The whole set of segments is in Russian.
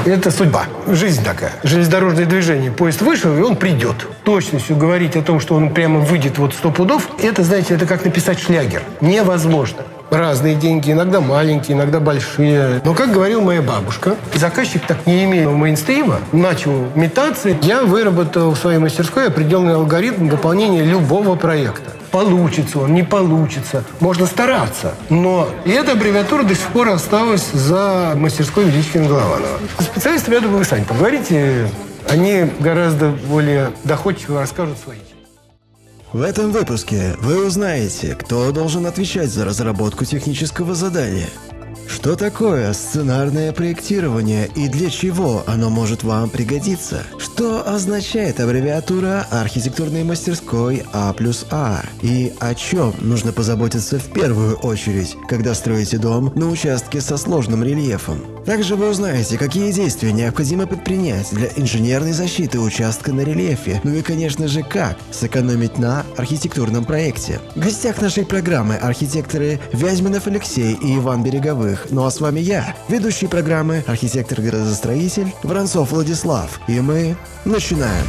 Это судьба. Жизнь такая. Железнодорожное движение. Поезд вышел, и он придет. Точностью говорить о том, что он прямо выйдет вот 100 пудов, это, знаете, это как написать шлягер. Невозможно. Разные деньги, иногда маленькие, иногда большие. Но, как говорила моя бабушка, заказчик, так не имея мейнстрима, начал метаться. Я выработал в своей мастерской определенный алгоритм выполнения любого проекта. Получится он, не получится. Можно стараться. Но и эта аббревиатура до сих пор осталась за мастерской Величкина Голованова. С специалистами, я думаю, вы сами поговорите. Они гораздо более доходчиво расскажут свои. В этом выпуске вы узнаете, кто должен отвечать за разработку технического задания, что такое сценарное проектирование и для чего оно может вам пригодиться, что означает аббревиатура архитектурной мастерской А+А и о чем нужно позаботиться в первую очередь, когда строите дом на участке со сложным рельефом. Также вы узнаете, какие действия необходимо предпринять для инженерной защиты участка на рельефе, ну и, конечно же, как сэкономить на архитектурном проекте. В гостях нашей программы архитекторы Вязьминов Алексей и Иван Береговых. Ну а с вами я, ведущий программы, архитектор-градостроитель Воронцов Владислав. И мы начинаем.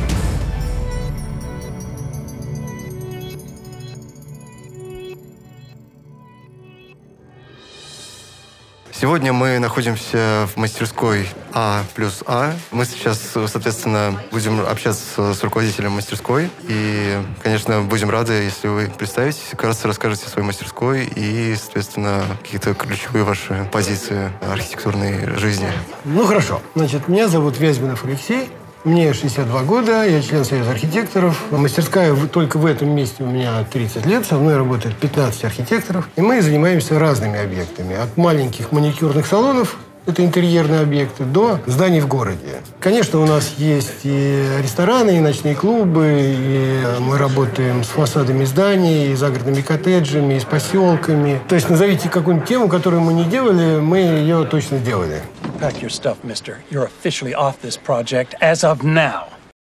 Сегодня мы находимся в мастерской А+А. Мы сейчас, соответственно, будем общаться с руководителем мастерской. И, конечно, будем рады, если вы представитесь, вкратце расскажете о своей мастерской и, соответственно, какие-то ключевые ваши позиции архитектурной жизни. Ну, хорошо. Значит, меня зовут Вязьминов Алексей. Мне 62 года, я член Союза архитекторов. Мастерская только в этом месте у меня 30 лет. Со мной работает 15 архитекторов. И мы занимаемся разными объектами. От маленьких маникюрных салонов, это интерьерные объекты, до зданий в городе. Конечно, у нас есть и рестораны, и ночные клубы, и мы работаем с фасадами зданий, и загородными коттеджами, и с поселками. То есть назовите какую-нибудь тему, которую мы не делали, мы ее точно делали. Pack your stuff, mister. You're officially off this project as of now.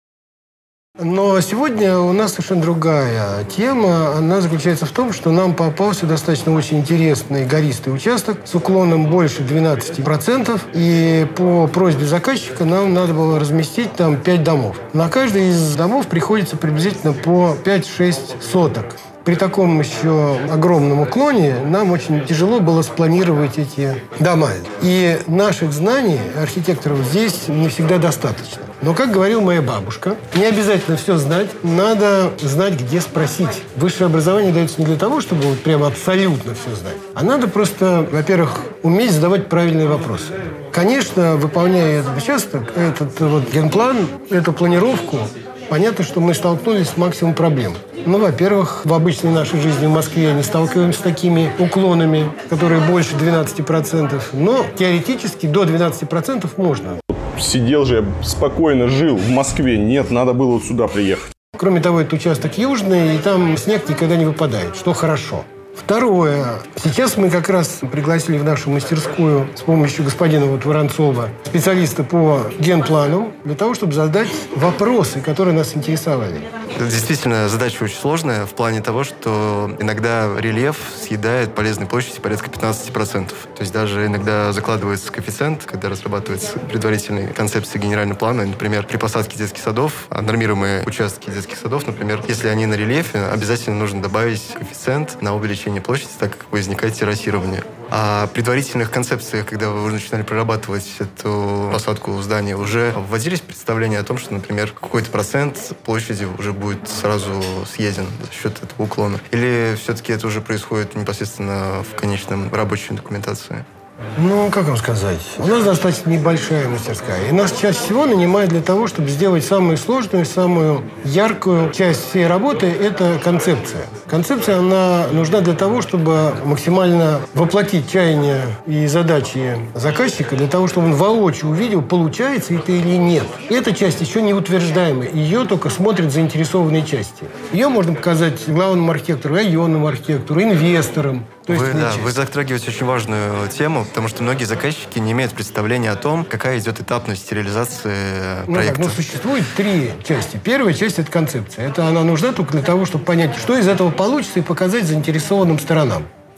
Но сегодня у нас совершенно другая тема. Она заключается в том, что нам попался достаточно очень интересный гористый участок с уклоном больше 12%. И по просьбе заказчика нам надо было разместить там 5 домов. На каждый из домов приходится приблизительно по 5-6 соток. При таком еще огромном уклоне нам очень тяжело было спланировать эти дома. И наших знаний, архитекторов, здесь не всегда достаточно. Но, как говорила моя бабушка, не обязательно все знать, надо знать, где спросить. Высшее образование дается не для того, чтобы вот прямо абсолютно все знать, а надо просто, во-первых, уметь задавать правильные вопросы. Конечно, выполняя этот участок, этот вот генплан, эту планировку, понятно, что мы столкнулись с максимумом проблем. Ну, во-первых, в обычной нашей жизни в Москве не сталкиваемся с такими уклонами, которые больше 12%. Но теоретически до 12% можно. Сидел же, я спокойно жил в Москве. Нет, надо было вот сюда приехать. Кроме того, это участок южный, и там снег никогда не выпадает, что хорошо. Второе. Сейчас мы как раз пригласили в нашу мастерскую с помощью господина Воронцова специалиста по генплану для того, чтобы задать вопросы, которые нас интересовали. Действительно, задача очень сложная в плане того, что иногда рельеф съедает полезной площади порядка 15%. То есть даже иногда закладывается коэффициент, когда разрабатывается предварительная концепция генерального плана. Например, при посадке детских садов, нормируемые участки детских садов, например, если они на рельефе, обязательно нужно добавить коэффициент на увеличение площади, так как возникает террасирование. А в предварительных концепциях, когда вы уже начинали прорабатывать эту посадку здания, уже вводились представления о том, что, например, какой-то процент площади уже будет сразу съеден за счет этого уклона? Или все-таки это уже происходит непосредственно в конечном рабочей документации? Ну, как вам сказать? У нас достаточно небольшая мастерская. И нас чаще всего нанимают для того, чтобы сделать самую сложную, самую яркую часть всей работы – это концепция. Концепция, она нужна для того, чтобы максимально воплотить чаяния и задачи заказчика, для того, чтобы он воочию увидел, получается это или нет. Эта часть еще не утверждаемая. Ее только смотрят заинтересованные части. Ее можно показать главному архитектору, районному архитектору, инвесторам. Вы затрагиваете очень важную тему, потому что многие заказчики не имеют представления о том, какая идет этапность реализации проекта. Существует 3 части. Первая часть – это концепция. Это она нужна только для того, чтобы понять, что из этого получится, и показать заинтересованным сторонам.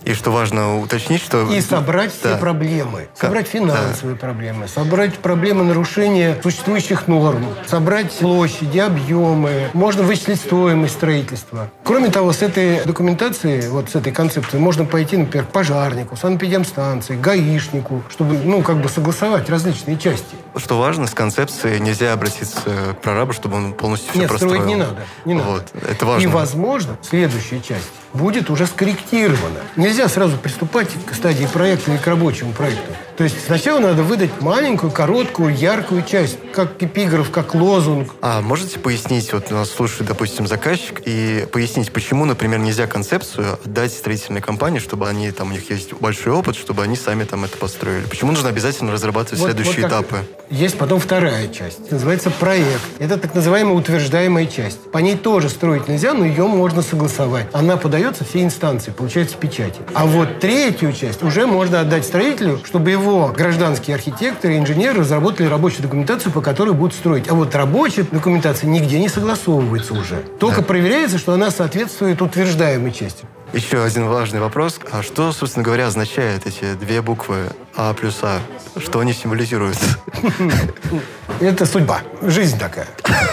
И что важно уточнить, что... И собрать все проблемы. Собрать финансовые проблемы, собрать проблемы нарушения существующих норм, собрать площади, объемы. Можно вычислить стоимость строительства. Кроме того, с этой документацией, вот с этой концепцией, можно пойти, например, к пожарнику, санэпидемстанции, гаишнику, чтобы, согласовать различные части. Что важно, с концепцией нельзя обратиться к прорабу, чтобы он полностью все простроил. Нет, строить не надо. Вот, это важно. И, возможно, следующая часть будет уже скорректирована. Нельзя сразу приступать к стадии проекта или к рабочему проекту. То есть сначала надо выдать маленькую, короткую, яркую часть, как эпиграф, как лозунг. А можете пояснить, вот нас слушает, допустим, заказчик, и пояснить, почему, например, нельзя концепцию отдать строительной компании, чтобы они, там, у них есть большой опыт, чтобы они сами там это построили? Почему нужно обязательно разрабатывать следующие этапы? Есть потом вторая часть. Называется проект. Это так называемая утверждаемая часть. По ней тоже строить нельзя, но ее можно согласовать. Она подается все инстанции, получается печати. А вот третью часть уже можно отдать строителю, чтобы его гражданские архитекторы и инженеры разработали рабочую документацию, по которой будут строить. А вот рабочая документация нигде не согласовывается уже. Только проверяется, что она соответствует утверждаемой части. Еще один важный вопрос. А что, собственно говоря, означают эти две буквы А плюс А? Что они символизируют? Это судьба. Жизнь такая.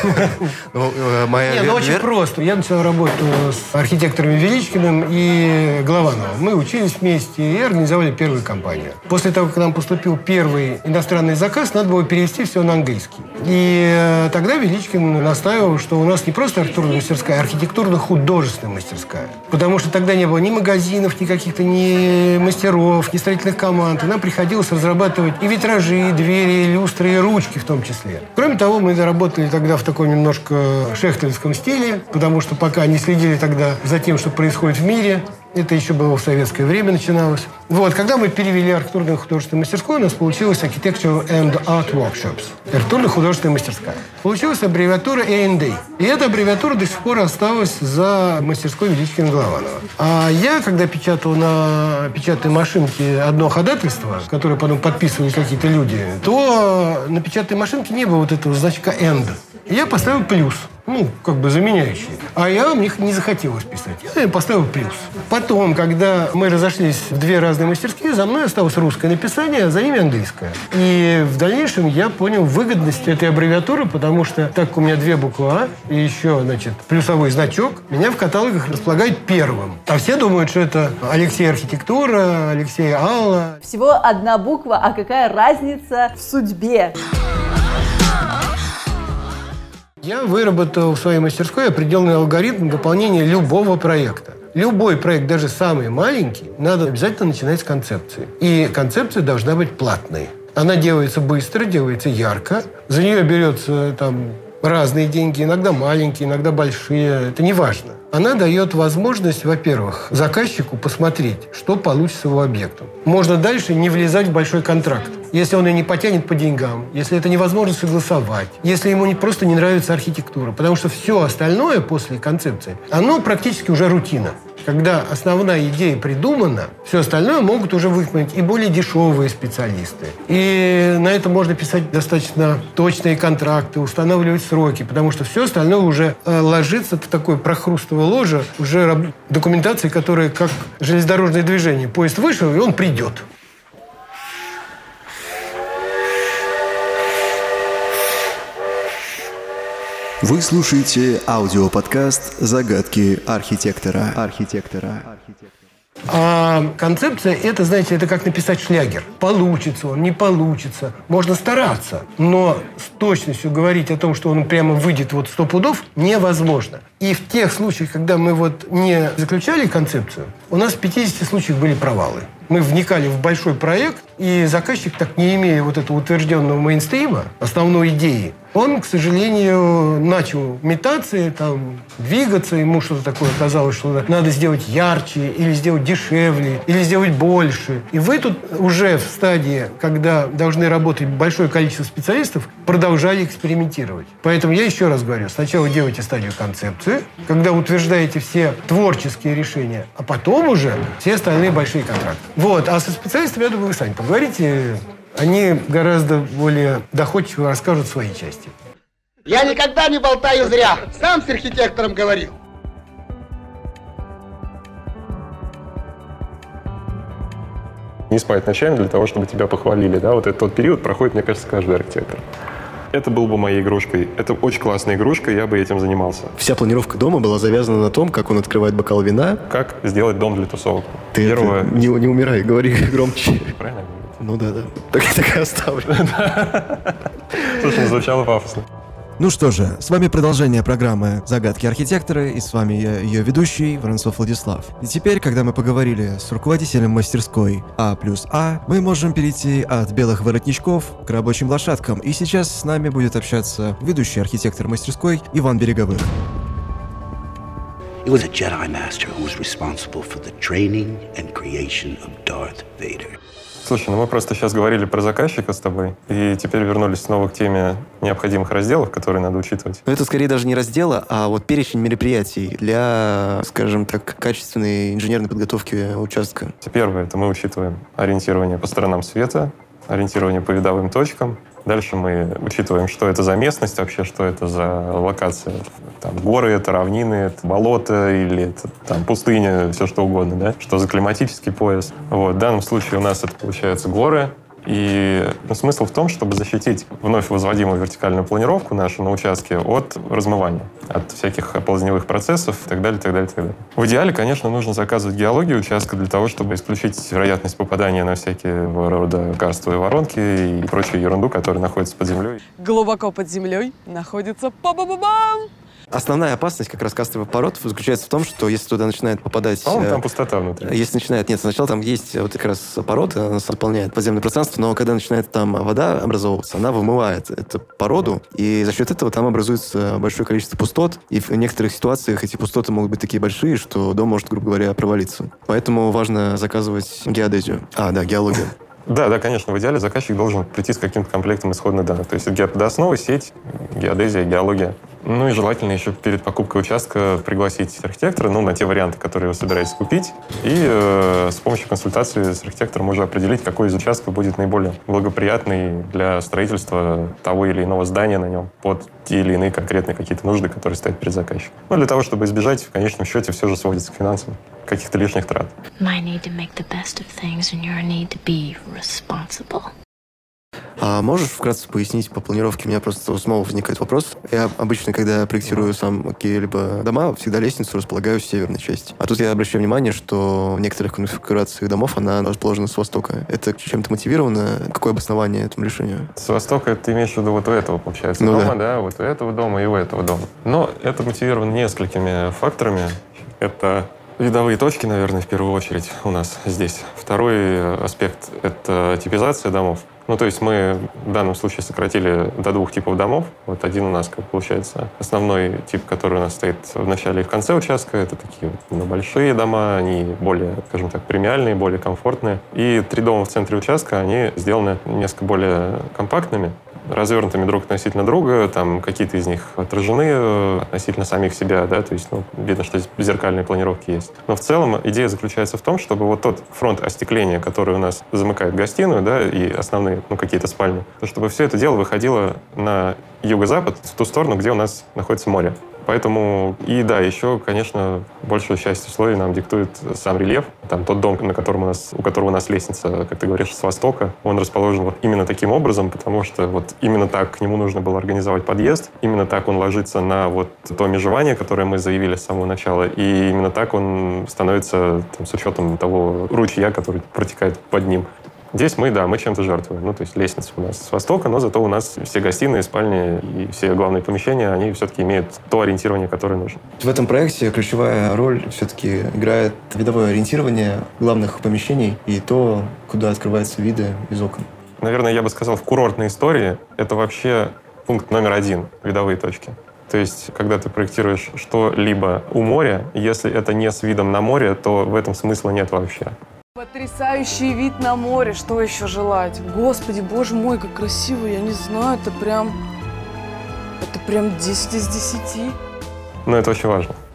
Очень просто. Я начал работу с архитекторами Величкиным и Головановым. Мы учились вместе и организовали первую компанию. После того, как к нам поступил первый иностранный заказ, надо было перевести все на английский. И тогда Величкин настаивал, что у нас не просто архитектурная мастерская, а архитектурно-художественная мастерская. Потому что тогда не было ни магазинов, ни каких-то ни мастеров, ни строительных команд. И нам приходилось разрабатывать и витражи, и двери, и люстры, и ручки в том числе. Кроме того, мы работали тогда в таком немножко шехтельском стиле, потому что пока не следили тогда за тем, что происходит в мире. Это еще было в советское время начиналось. Вот, когда мы перевели архитектурную художественную мастерскую, у нас получилась Architecture and Art Workshops. Архитектурно-художественная мастерская. Получилась аббревиатура A&A. И эта аббревиатура до сих пор осталась за мастерской Величкина-Голованова. А я, когда печатал на печатной машинке одно ходатайство, которое потом подписывали какие-то люди, то на печатной машинке не было вот этого значка «and». И я поставил плюс. Заменяющий. А я мне не захотелось писать. Я поставил плюс. Потом, когда мы разошлись в две разные мастерские, за мной осталось русское написание, а за ними английское. И в дальнейшем я понял выгодность этой аббревиатуры, потому что, так как у меня две буквы А и еще, плюсовой значок, меня в каталогах располагают первым. А все думают, что это Алексей Архитектура, Алексей Алла. Всего одна буква, а какая разница в судьбе? Я выработал в своей мастерской определенный алгоритм выполнения любого проекта. Любой проект, даже самый маленький, надо обязательно начинать с концепции. И концепция должна быть платной. Она делается быстро, делается ярко. За нее берется разные деньги, иногда маленькие, иногда большие. Это не важно. Она дает возможность, во-первых, заказчику посмотреть, что получится его объектом. Можно дальше не влезать в большой контракт. Если он и не потянет по деньгам, если это невозможно согласовать, если ему просто не нравится архитектура. Потому что все остальное после концепции, оно практически уже рутина. Когда основная идея придумана, все остальное могут уже выполнить и более дешевые специалисты. И на это можно писать достаточно точные контракты, устанавливать сроки, потому что все остальное уже ложится в такое прохрустовое ложе, уже документации, которая как железнодорожное движение. Поезд вышел, и он придет. Вы слушаете аудиоподкаст «Загадки архитектора». А концепция, это, знаете, это как написать шлягер. Получится он, не получится. Можно стараться, но с точностью говорить о том, что он прямо выйдет 100 пудов, невозможно. И в тех случаях, когда мы не заключали концепцию, у нас в 50 случаях были провалы. Мы вникали в большой проект, и заказчик, так не имея этого утвержденного мейнстрима, основной идеи, он, к сожалению, начал метаться, двигаться, ему что-то такое казалось, что надо сделать ярче, или сделать дешевле, или сделать больше. И вы тут уже в стадии, когда должны работать большое количество специалистов, продолжали экспериментировать. Поэтому я еще раз говорю, сначала делайте стадию концепции, когда утверждаете все творческие решения, а потом уже все остальные большие контракты. А со специалистами, я думаю, вы сами поговорите. Они гораздо более доходчиво расскажут свои части. Я никогда не болтаю зря. Сам с архитектором говорил. не спать ночами для того, чтобы тебя похвалили. Да? Вот этот тот период проходит, мне кажется, каждый архитектор. Это был бы моей игрушкой. Это очень классная игрушка, я бы этим занимался. Вся планировка дома была завязана на том, как он открывает бокал вина. Как сделать дом для тусовок. Ты не умирай, говори громче. Правильно? Ну да. Так и оставлю. Слушай, звучало пафосно. Ну что же, с вами продолжение программы «Загадки архитектора», и с вами я, ее ведущий, Воронцов Владислав. И теперь, когда мы поговорили с руководителем мастерской А+А, мы можем перейти от белых воротничков к рабочим лошадкам, и сейчас с нами будет общаться ведущий архитектор мастерской Иван Береговых. He was a Jedi master who was responsible for the training and creation of Darth Vader. Слушай, мы просто сейчас говорили про заказчика с тобой, и теперь вернулись снова к теме необходимых разделов, которые надо учитывать. Но это скорее даже не разделы, а вот перечень мероприятий для, скажем так, качественной инженерной подготовки участка. Первое, это мы учитываем ориентирование по сторонам света, ориентирование по видовым точкам. Дальше мы учитываем, что это за местность вообще, что это за локация. Там горы, это равнины, это болото или это там пустыня, все что угодно, да? Что за климатический пояс. Вот. В данном случае у нас это получается горы. И смысл в том, чтобы защитить вновь возводимую вертикальную планировку нашу на участке от размывания, от всяких оползневых процессов и так далее, так далее, так далее. В идеале, конечно, нужно заказывать геологию участка для того, чтобы исключить вероятность попадания на всякие рода карстовые воронки и прочую ерунду, которая находится под землей. Глубоко под землей находится па-ба-ба-бам! Основная опасность как раз карстовых пород заключается в том, что если туда начинает попадать... Там пустота внутри. Если начинает... Нет, сначала там есть вот как раз порода, она заполняет подземное пространство, но когда начинает там вода образовываться, она вымывает эту породу, и за счет этого там образуется большое количество пустот, и в некоторых ситуациях эти пустоты могут быть такие большие, что дом может, грубо говоря, провалиться. Поэтому важно заказывать геодезию. Геологию. Да, конечно. В идеале заказчик должен прийти с каким-то комплектом исходных данных. То есть геоподоснова, сеть, геодезия, геология. Ну и желательно еще перед покупкой участка пригласить архитектора, на те варианты, которые вы собираетесь купить. И с помощью консультации с архитектором уже определить, какой из участков будет наиболее благоприятный для строительства того или иного здания на нем под те или иные конкретные какие-то нужды, которые стоят перед заказчиком. Для того, чтобы избежать, в конечном счете, все же сводится к финансам, каких-то лишних трат. А можешь вкратце пояснить по планировке? У меня просто снова возникает вопрос. Я обычно, когда проектирую сам какие-либо дома, всегда лестницу располагаю в северной части. А тут я обращаю внимание, что в некоторых конфигурациях домов она расположена с востока. Это чем-то мотивировано? Какое обоснование этому решению? С востока ты имеешь в виду вот у этого, получается, дома, да? Вот у этого дома и у этого дома. Но это мотивировано несколькими факторами. Это видовые точки, наверное, в первую очередь у нас здесь. Второй аспект — это типизация домов. То есть мы в данном случае сократили до 2 типов домов. Вот один у нас, как получается, основной тип, который у нас стоит в начале и в конце участка. Это такие большие дома, они более, скажем так, премиальные, более комфортные. И 3 дома в центре участка, они сделаны несколько более компактными, развернутыми друг относительно друга, там какие-то из них отражены относительно самих себя, да, то есть, видно, что здесь зеркальные планировки есть. Но в целом идея заключается в том, чтобы вот тот фронт остекления, который у нас замыкает гостиную, да, и основные, какие-то спальни, то чтобы все это дело выходило на юго-запад, в ту сторону, где у нас находится море. Поэтому, еще, конечно, большую часть условий нам диктует сам рельеф. Там тот дом, у которого у нас лестница, как ты говоришь, с востока, он расположен вот именно таким образом, потому что вот именно так к нему нужно было организовать подъезд, именно так он ложится на вот то межевание, которое мы заявили с самого начала, и именно так он становится с учетом того ручья, который протекает под ним. Здесь мы чем-то жертвуем. То есть лестница у нас с востока, но зато у нас все гостиные, спальни и все главные помещения, они все-таки имеют то ориентирование, которое нужно. В этом проекте ключевая роль все-таки играет видовое ориентирование главных помещений и то, куда открываются виды из окон. Наверное, я бы сказал, в курортной истории это вообще пункт номер 1 — видовые точки. То есть, когда ты проектируешь что-либо у моря, если это не с видом на море, то в этом смысла нет вообще. Потрясающий вид на море, что еще желать? Господи, боже мой, как красиво, я не знаю, это прям 10 из 10. Это очень важно.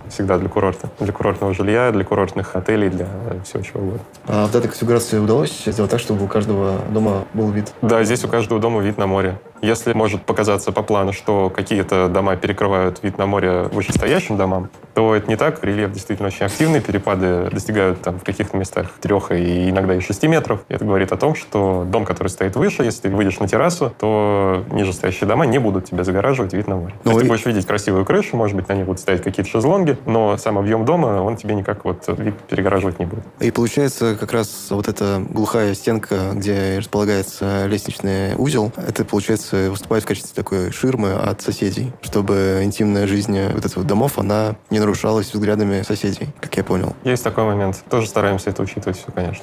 всегда для курорта. Для курортного жилья, для курортных отелей, для всего чего угодно. А в данной конфигурации удалось сделать так, чтобы у каждого дома был вид? Да, здесь у каждого дома вид на море. Если может показаться по плану, что какие-то дома перекрывают вид на море вышестоящим домам, то это не так. Рельеф действительно очень активный. Перепады достигают там в каких-то местах 3 и иногда и 6 метров. И это говорит о том, что дом, который стоит выше, если ты выйдешь на террасу, то нижестоящие дома не будут тебя загораживать вид на море. То есть ты будешь видеть красивую крышу, может быть, на ней будут стоять какие-то шезлонги, но сам объем дома, он тебе никак вот вид перегораживать не будет. И получается, как раз вот эта глухая стенка, где располагается лестничный узел, это, получается, выступает в качестве такой ширмы от соседей, чтобы интимная жизнь вот этих домов, она не нарушалась взглядами соседей, как я понял. Есть такой момент. Тоже стараемся это учитывать все, конечно.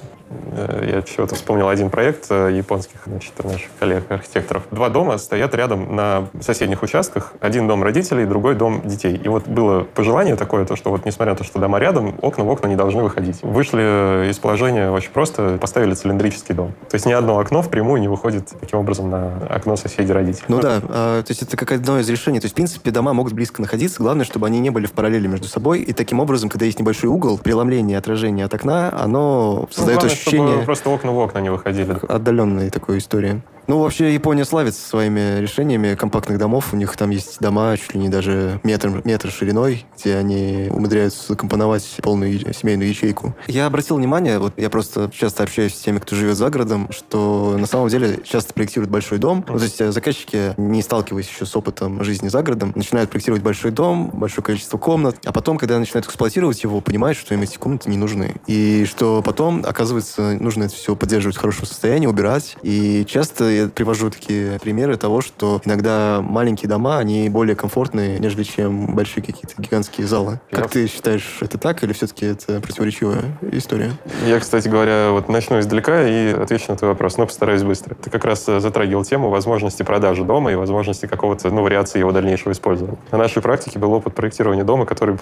Я чего-то вспомнил один проект японских, значит, наших коллег-архитекторов. 2 дома стоят рядом на соседних участках. Один дом родителей, другой дом детей. И вот было пожелание такое, то, что вот несмотря на то, что дома рядом, окна в окна не должны выходить. Вышли из положения очень просто, поставили цилиндрический дом. То есть ни одно окно впрямую не выходит таким образом на окно соседей родителей. Ну да, то есть это как одно из решений. То есть, в принципе, дома могут близко находиться. Главное, чтобы они не были в параллели между собой. И таким образом, когда есть небольшой угол, преломление, отражение от окна, оно создает главное, ощущение... чтобы просто окна в окна не выходили. Отдаленной такой истории. Ну, вообще, Япония славится своими решениями компактных домов. У них там есть дома чуть ли не даже метр шириной, где они умудряются компоновать полную семейную ячейку. Я обратил внимание, вот я просто часто общаюсь с теми, кто живет за городом, что на самом деле часто проектируют большой дом. Ну, то есть заказчики, не сталкиваясь еще с опытом жизни за городом, начинают проектировать большой дом, большое количество комнат, а потом, когда начинают эксплуатировать его, понимают, что им эти комнаты не нужны. И что потом, оказывается, нужно это все поддерживать в хорошем состоянии, убирать. И часто я привожу такие примеры того, что иногда маленькие дома, они более комфортные, нежели чем большие какие-то гигантские залы. Как ты считаешь, это так или все-таки это противоречивая история? Я, кстати говоря, вот начну издалека и отвечу на твой вопрос, но постараюсь быстро. Ты как раз затрагивал тему возможности продажи дома и возможности какого-то, вариации его дальнейшего использования. На нашей практике был опыт проектирования дома, который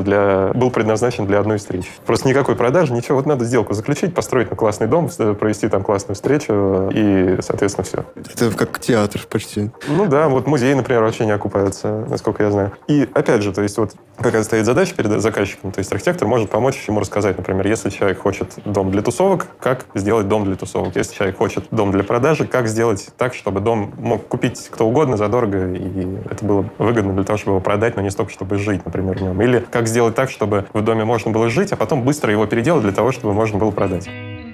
был предназначен для одной встречи. Просто никакой продажи, ничего. Вот надо сделку заключить, построить классный дом, провести там классную встречу и, соответственно, все. Это как театр почти. Ну да, вот музеи, например, вообще не окупаются, насколько я знаю. И опять же, то есть вот какая стоит задача перед заказчиком, то есть архитектор может помочь ему рассказать, например, если человек хочет дом для тусовок, как сделать дом для тусовок. Если человек хочет дом для продажи, как сделать так, чтобы дом мог купить кто угодно задорого, и это было выгодно для того, чтобы его продать, но не столько, чтобы жить, например, в нем. Или как сделать так, чтобы в доме можно было жить, а потом быстро его переделать для того, чтобы можно было продать.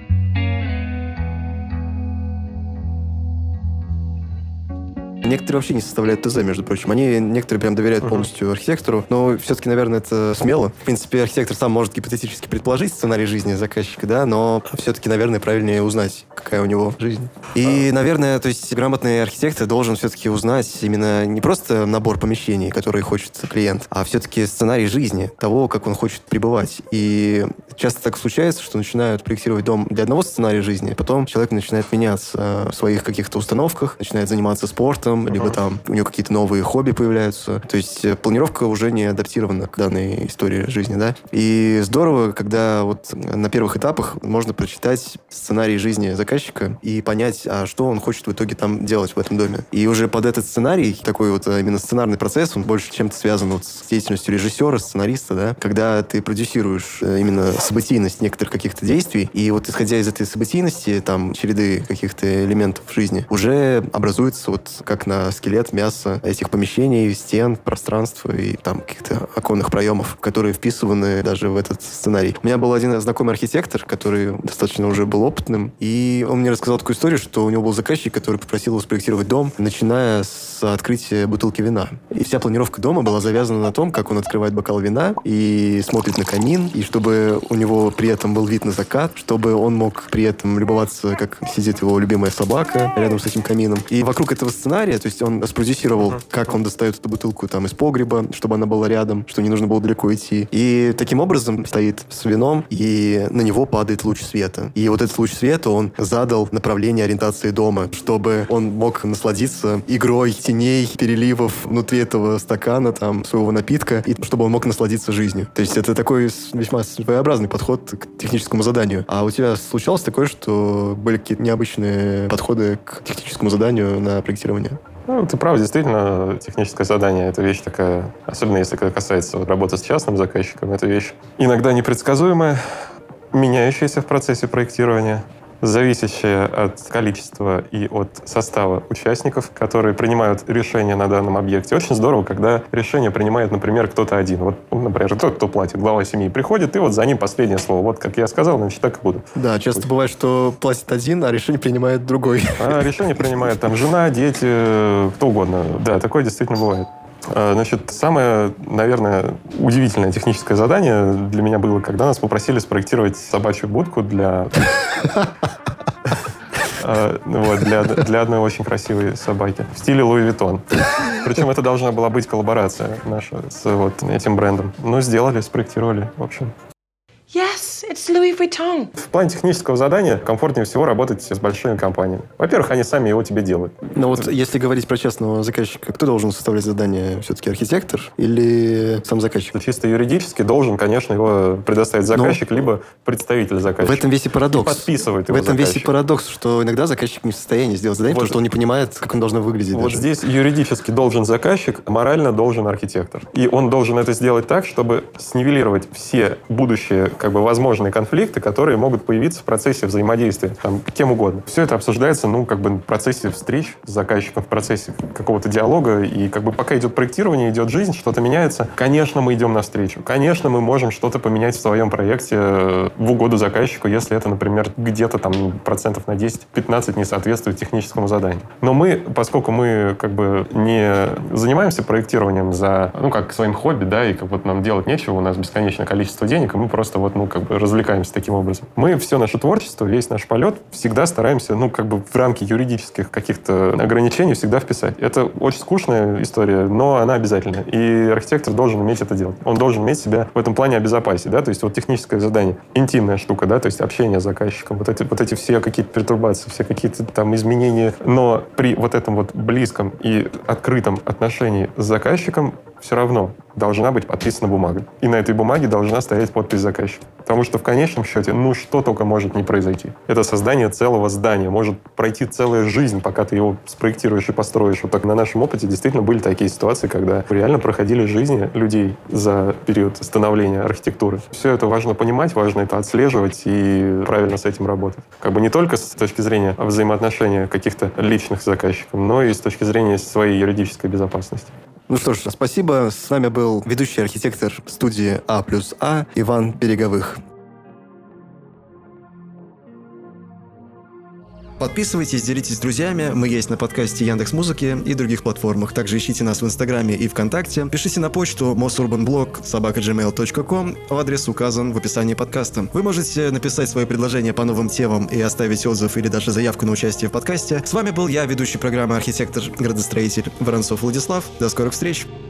Некоторые вообще не составляют ТЗ, между прочим. Некоторые прям доверяют полностью архитектору, но все-таки, наверное, это смело. В принципе, архитектор сам может гипотетически предположить сценарий жизни заказчика, да, но все-таки, наверное, правильнее узнать, какая у него жизнь. И, наверное, то есть грамотный архитектор должен все-таки узнать именно не просто набор помещений, которые хочет клиент, а все-таки сценарий жизни, того, как он хочет пребывать. И часто так случается, что начинают проектировать дом для одного сценария жизни, потом человек начинает меняться в своих каких-то установках, начинает заниматься спортом, либо там у него какие-то новые хобби появляются. То есть планировка уже не адаптирована к данной истории жизни, да. И здорово, когда вот на первых этапах можно прочитать сценарий жизни заказчика и понять, а что он хочет в итоге там делать в этом доме. И уже под этот сценарий, такой вот именно сценарный процесс, он больше чем-то связан вот с деятельностью режиссера, сценариста, да, когда ты продюсируешь именно событийность некоторых каких-то действий, и вот исходя из этой событийности, там, череды каких-то элементов жизни, уже образуется вот как на скелет мяса этих помещений, стен, пространства и там каких-то оконных проемов, которые вписываны даже в этот сценарий. У меня был один знакомый архитектор, который достаточно уже был опытным, и он мне рассказал такую историю, что у него был заказчик, который попросил его спроектировать дом, начиная с открытия бутылки вина. И вся планировка дома была завязана на том, как он открывает бокал вина и смотрит на камин, и чтобы у него при этом был вид на закат, чтобы он мог при этом любоваться, как сидит его любимая собака рядом с этим камином. И вокруг этого сценария, то есть он спродюсировал, как он достает эту бутылку там из погреба, чтобы она была рядом, что не нужно было далеко идти. И таким образом стоит с вином, и на него падает луч света. И вот этот луч света, он задал направление ориентации дома, чтобы он мог насладиться игрой теней, переливов внутри этого стакана, там, своего напитка, и чтобы он мог насладиться жизнью. То есть это такой весьма своеобразный подход к техническому заданию. А у тебя случалось такое, что были какие-то необычные подходы к техническому заданию на проектирование? Ну, ты прав, действительно, техническое задание — это вещь такая, особенно если это касается работы с частным заказчиком, это вещь иногда непредсказуемая, меняющаяся в процессе проектирования, зависящая от количества и от состава участников, которые принимают решения на данном объекте. Очень здорово, когда решение принимает, например, кто-то один. Вот, например, тот, кто платит, глава семьи приходит, и вот за ним последнее слово. Вот, как я сказал, значит, так и буду. Да, часто бывает, что платит один, а решение принимает другой. А решение принимает там жена, дети, кто угодно. Да, такое действительно бывает. Значит, самое, наверное, удивительное техническое задание для меня было, когда нас попросили спроектировать собачью будку для одной очень красивой собаки в стиле Луи Виттон. Причем это должна была быть коллаборация наша с вот этим брендом. Ну, сделали, спроектировали, в общем. Yes, it's Louis Vuitton. В плане технического задания комфортнее всего работать с большими компаниями. Во-первых, они сами его тебе делают. Но вот если говорить про частного заказчика, кто должен составлять задание? Все-таки архитектор или сам заказчик? Чисто юридически должен, конечно, его предоставить заказчик, либо представитель заказчика. В этом весь и парадокс. И подписывает его В этом заказчик. весь и парадокс, что иногда заказчик не в состоянии сделать задание, потому что он не понимает, как он должно выглядеть. Вот даже. здесь юридически должен заказчик, морально должен архитектор. И он должен это сделать так, чтобы снивелировать все будущие возможные конфликты, которые могут появиться в процессе взаимодействия, кем угодно. Все это обсуждается, в процессе встреч с заказчиком, в процессе какого-то диалога, и пока идет проектирование, идет жизнь, что-то меняется, конечно, мы идем навстречу. Конечно, мы можем что-то поменять в своем проекте в угоду заказчику, если это, например, где-то процентов на 10-15 не соответствует техническому заданию. Но мы, поскольку мы не занимаемся проектированием за, как своим хобби, да, и нам делать нечего, у нас бесконечное количество денег, и мы просто развлекаемся таким образом. Мы все наше творчество, весь наш полет всегда стараемся, в рамки юридических каких-то ограничений всегда вписать. Это очень скучная история, но она обязательна. И архитектор должен уметь это делать. Он должен уметь себя в этом плане обезопасить, да, то есть техническое задание, интимная штука, да, то есть общение с заказчиком, вот эти все какие-то пертурбации, все какие-то изменения, но при этом близком и открытом отношении с заказчиком все равно должна быть подписана бумага. И на этой бумаге должна стоять подпись заказчика. Потому что в конечном счете, что только может не произойти. Это создание целого здания. Может пройти целая жизнь, пока ты его спроектируешь и построишь. Вот так на нашем опыте действительно были такие ситуации, когда реально проходили жизни людей за период становления архитектуры. Все это важно понимать, важно это отслеживать и правильно с этим работать. Не только с точки зрения взаимоотношения каких-то личных с заказчиком, но и с точки зрения своей юридической безопасности. Ну что ж, спасибо. С нами был ведущий архитектор студии А+А Иван Береговых. Подписывайтесь, делитесь с друзьями. Мы есть на подкасте Яндекс.Музыки и других платформах. Также ищите нас в Инстаграме и ВКонтакте. Пишите на почту mosurbanblog@gmail.com. Адрес указан в описании подкаста. Вы можете написать свои предложения по новым темам и оставить отзыв или даже заявку на участие в подкасте. С вами был я, ведущий программы архитектор-градостроитель Воронцов Владислав. До скорых встреч!